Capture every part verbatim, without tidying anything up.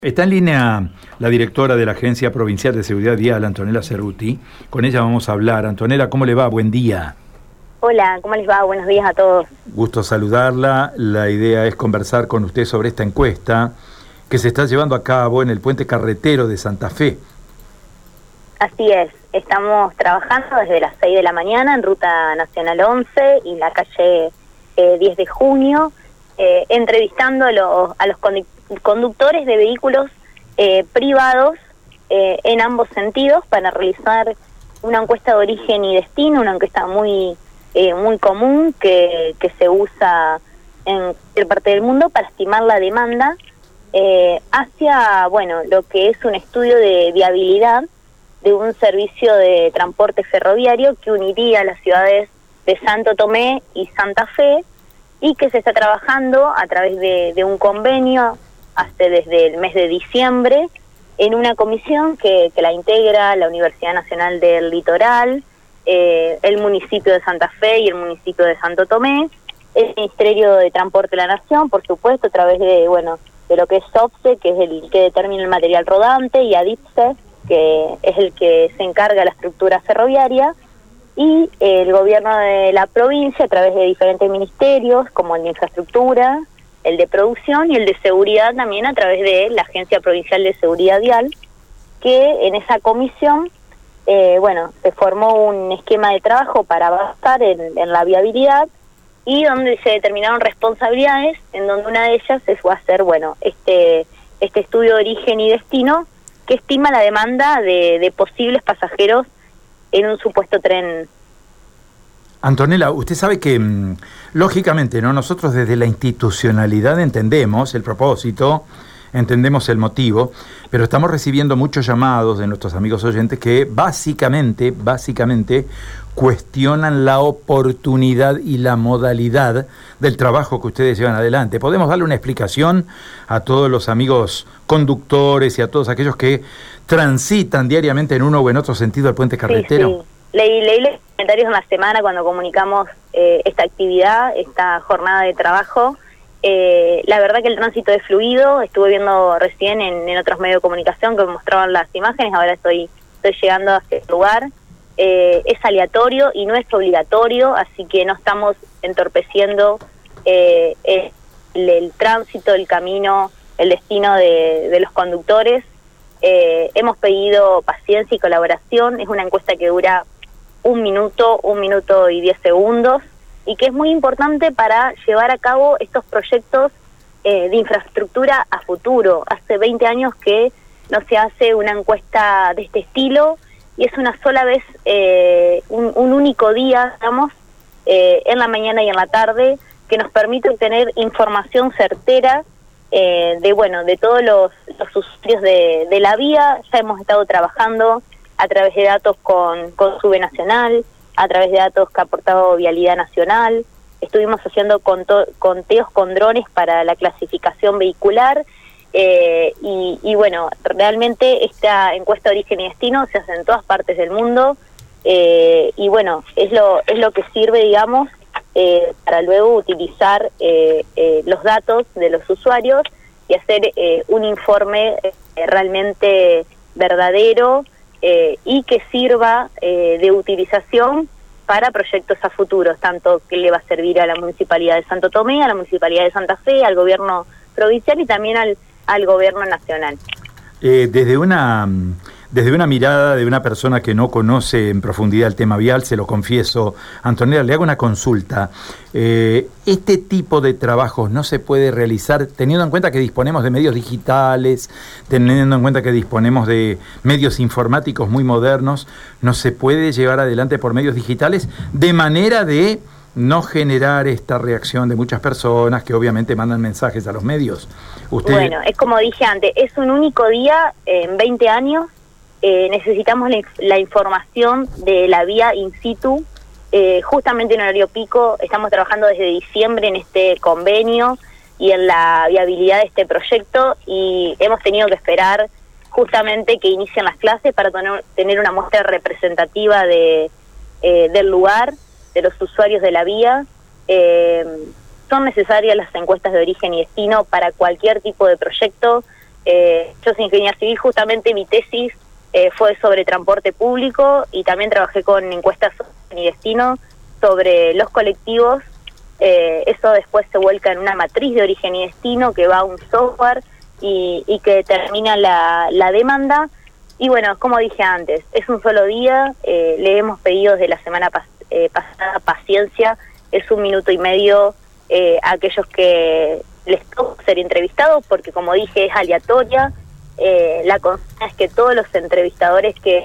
Está en línea la directora de la Agencia Provincial de Seguridad Vial, Antonella Cerruti. Con ella vamos a hablar. Antonella, ¿cómo le va? Buen día. Hola, ¿cómo les va? Buenos días a todos. Gusto saludarla. La idea es conversar con usted sobre esta encuesta que se está llevando a cabo en el puente carretero de Santa Fe. Así es, estamos trabajando desde las seis de la mañana en Ruta Nacional once y la calle eh, diez de junio, eh, entrevistando a los, a los conductores conductores de vehículos eh, privados eh, en ambos sentidos para realizar una encuesta de origen y destino, una encuesta muy eh, muy común que, que se usa en cualquier parte del mundo para estimar la demanda eh, hacia, bueno, lo que es un estudio de viabilidad de un servicio de transporte ferroviario que uniría las ciudades de Santo Tomé y Santa Fe y que se está trabajando a través de, de un convenio hace desde el mes de diciembre, en una comisión que, que la integra la Universidad Nacional del Litoral, eh, el municipio de Santa Fe y el municipio de Santo Tomé, el Ministerio de Transporte de la Nación, por supuesto, a través de, bueno, de lo que es SOPSE, que es el que determina el material rodante, y ADIPSE, que es el que se encarga de la estructura ferroviaria, y eh, el gobierno de la provincia, a través de diferentes ministerios, como el de infraestructura, el de producción y el de seguridad también a través de la Agencia Provincial de Seguridad Vial, que en esa comisión, eh, bueno, se formó un esquema de trabajo para avanzar en, en la viabilidad y donde se determinaron responsabilidades, en donde una de ellas es va a ser, bueno, este, este estudio de origen y destino que estima la demanda de, de posibles pasajeros en un supuesto tren. Antonella, usted sabe que, mmm, lógicamente, ¿no? Nosotros desde la institucionalidad entendemos el propósito, entendemos el motivo, pero estamos recibiendo muchos llamados de nuestros amigos oyentes que básicamente, básicamente, cuestionan la oportunidad y la modalidad del trabajo que ustedes llevan adelante. ¿Podemos darle una explicación a todos los amigos conductores y a todos aquellos que transitan diariamente en uno o en otro sentido el puente carretero? Sí, sí. Leí, leí los comentarios en la semana cuando comunicamos eh, esta actividad, esta jornada de trabajo. Eh, la verdad que el tránsito es fluido, estuve viendo recién en, en otros medios de comunicación que me mostraban las imágenes, ahora estoy, estoy llegando a este lugar. Eh, es aleatorio y no es obligatorio, así que no estamos entorpeciendo eh, el, el tránsito, el camino, el destino de, de los conductores. Eh, hemos pedido paciencia y colaboración, es una encuesta que dura un minuto, un minuto y diez segundos, y que es muy importante para llevar a cabo estos proyectos eh, de infraestructura a futuro. Hace veinte años que no se hace una encuesta de este estilo, y es una sola vez, eh, un, un único día, digamos, eh, en la mañana y en la tarde, que nos permite obtener información certera eh, de, bueno, de todos los, los usuarios de, de la vía. Ya hemos estado trabajando a través de datos con, con SUBE Nacional, a través de datos que ha aportado Vialidad Nacional. Estuvimos haciendo conto, conteos con drones para la clasificación vehicular, eh, y, y bueno, realmente esta encuesta de origen y destino se hace en todas partes del mundo, eh, y bueno, es lo, es lo que sirve, digamos, eh, para luego utilizar eh, eh, los datos de los usuarios y hacer eh, un informe eh, realmente verdadero, Eh, y que sirva eh, de utilización para proyectos a futuros, tanto que le va a servir a la Municipalidad de Santo Tomé, a la Municipalidad de Santa Fe, al gobierno provincial y también al, al gobierno nacional. Eh, desde una desde una mirada de una persona que no conoce en profundidad el tema vial, se lo confieso, Antonella, le hago una consulta. Eh, ¿Este tipo de trabajos no se puede realizar teniendo en cuenta que disponemos de medios digitales, teniendo en cuenta que disponemos de medios informáticos muy modernos? ¿No se puede llevar adelante por medios digitales de manera de no generar esta reacción de muchas personas que obviamente mandan mensajes a los medios? Usted... Bueno, es como dije antes, es un único día eh, en veinte años. Eh, necesitamos la, la información de la vía in situ, eh, justamente en horario pico. Estamos trabajando desde diciembre en este convenio y en la viabilidad de este proyecto, y hemos tenido que esperar justamente que inicien las clases para tener, tener una muestra representativa de eh, del lugar, de los usuarios de la vía. Eh, son necesarias las encuestas de origen y destino para cualquier tipo de proyecto. Eh, yo soy ingeniera civil, justamente mi tesis eh, fue sobre transporte público y también trabajé con encuestas y destino sobre los colectivos. Eh, eso después se vuelca en una matriz de origen y destino que va a un software y, y que determina la, la demanda. Y bueno, como dije antes, es un solo día, eh, le hemos pedido desde la semana pas eh, pasada paciencia, es un minuto y medio eh, a aquellos que les toca ser entrevistados, porque como dije es aleatoria. Eh, la consigna es que todos los entrevistadores que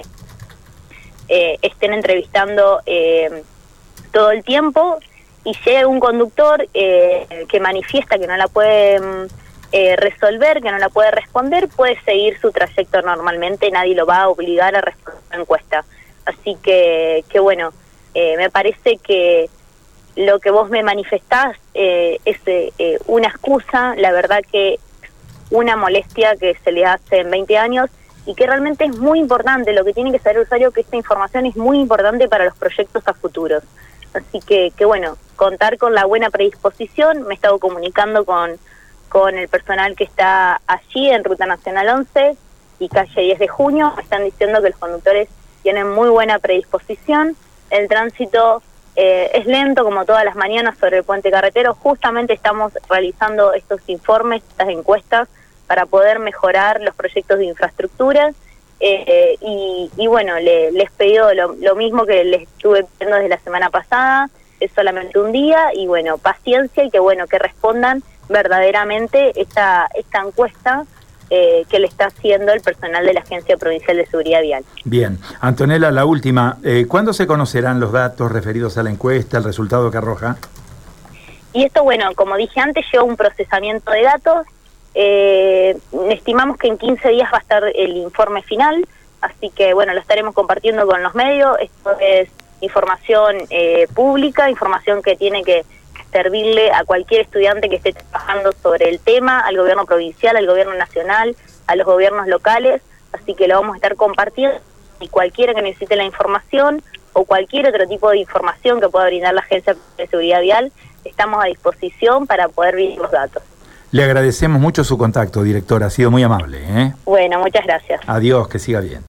eh, estén entrevistando eh, todo el tiempo, y si hay algún conductor eh, que manifiesta que no la puede eh, resolver, que no la puede responder, puede seguir su trayecto normalmente, nadie lo va a obligar a responder la encuesta. Así que, que bueno, eh, me parece que lo que vos me manifestás eh, es eh, una excusa, la verdad que una molestia que se le hace en veinte años y que realmente es muy importante. Lo que tiene que saber el usuario, que esta información es muy importante para los proyectos a futuros. Así que, que bueno, contar con la buena predisposición. Me he estado comunicando con, con el personal que está allí en Ruta Nacional once y calle diez de junio. Me están diciendo que los conductores tienen muy buena predisposición. El tránsito eh, es lento como todas las mañanas sobre el puente carretero. Justamente estamos realizando estos informes, estas encuestas, para poder mejorar los proyectos de infraestructura. Eh, y, y bueno, le, les pido lo, lo mismo que les estuve pidiendo desde la semana pasada, es solamente un día, y bueno, paciencia, y que bueno, que respondan verdaderamente esta, esta encuesta eh, que le está haciendo el personal de la Agencia Provincial de Seguridad Vial. Bien, Antonella, la última, eh, ¿cuándo se conocerán los datos referidos a la encuesta, el resultado que arroja? Y esto, bueno, como dije antes, lleva un procesamiento de datos. Eh, estimamos que en quince días va a estar el informe final, así que bueno, lo estaremos compartiendo con los medios. Esto es información eh, pública, información que tiene que servirle a cualquier estudiante que esté trabajando sobre el tema, al gobierno provincial, al gobierno nacional, a los gobiernos locales, así que lo vamos a estar compartiendo, y cualquiera que necesite la información o cualquier otro tipo de información que pueda brindar la Agencia de Seguridad Vial, estamos a disposición para poder brindar los datos. Le agradecemos mucho su contacto, directora, ha sido muy amable, ¿eh? Bueno, muchas gracias. Adiós, que siga bien.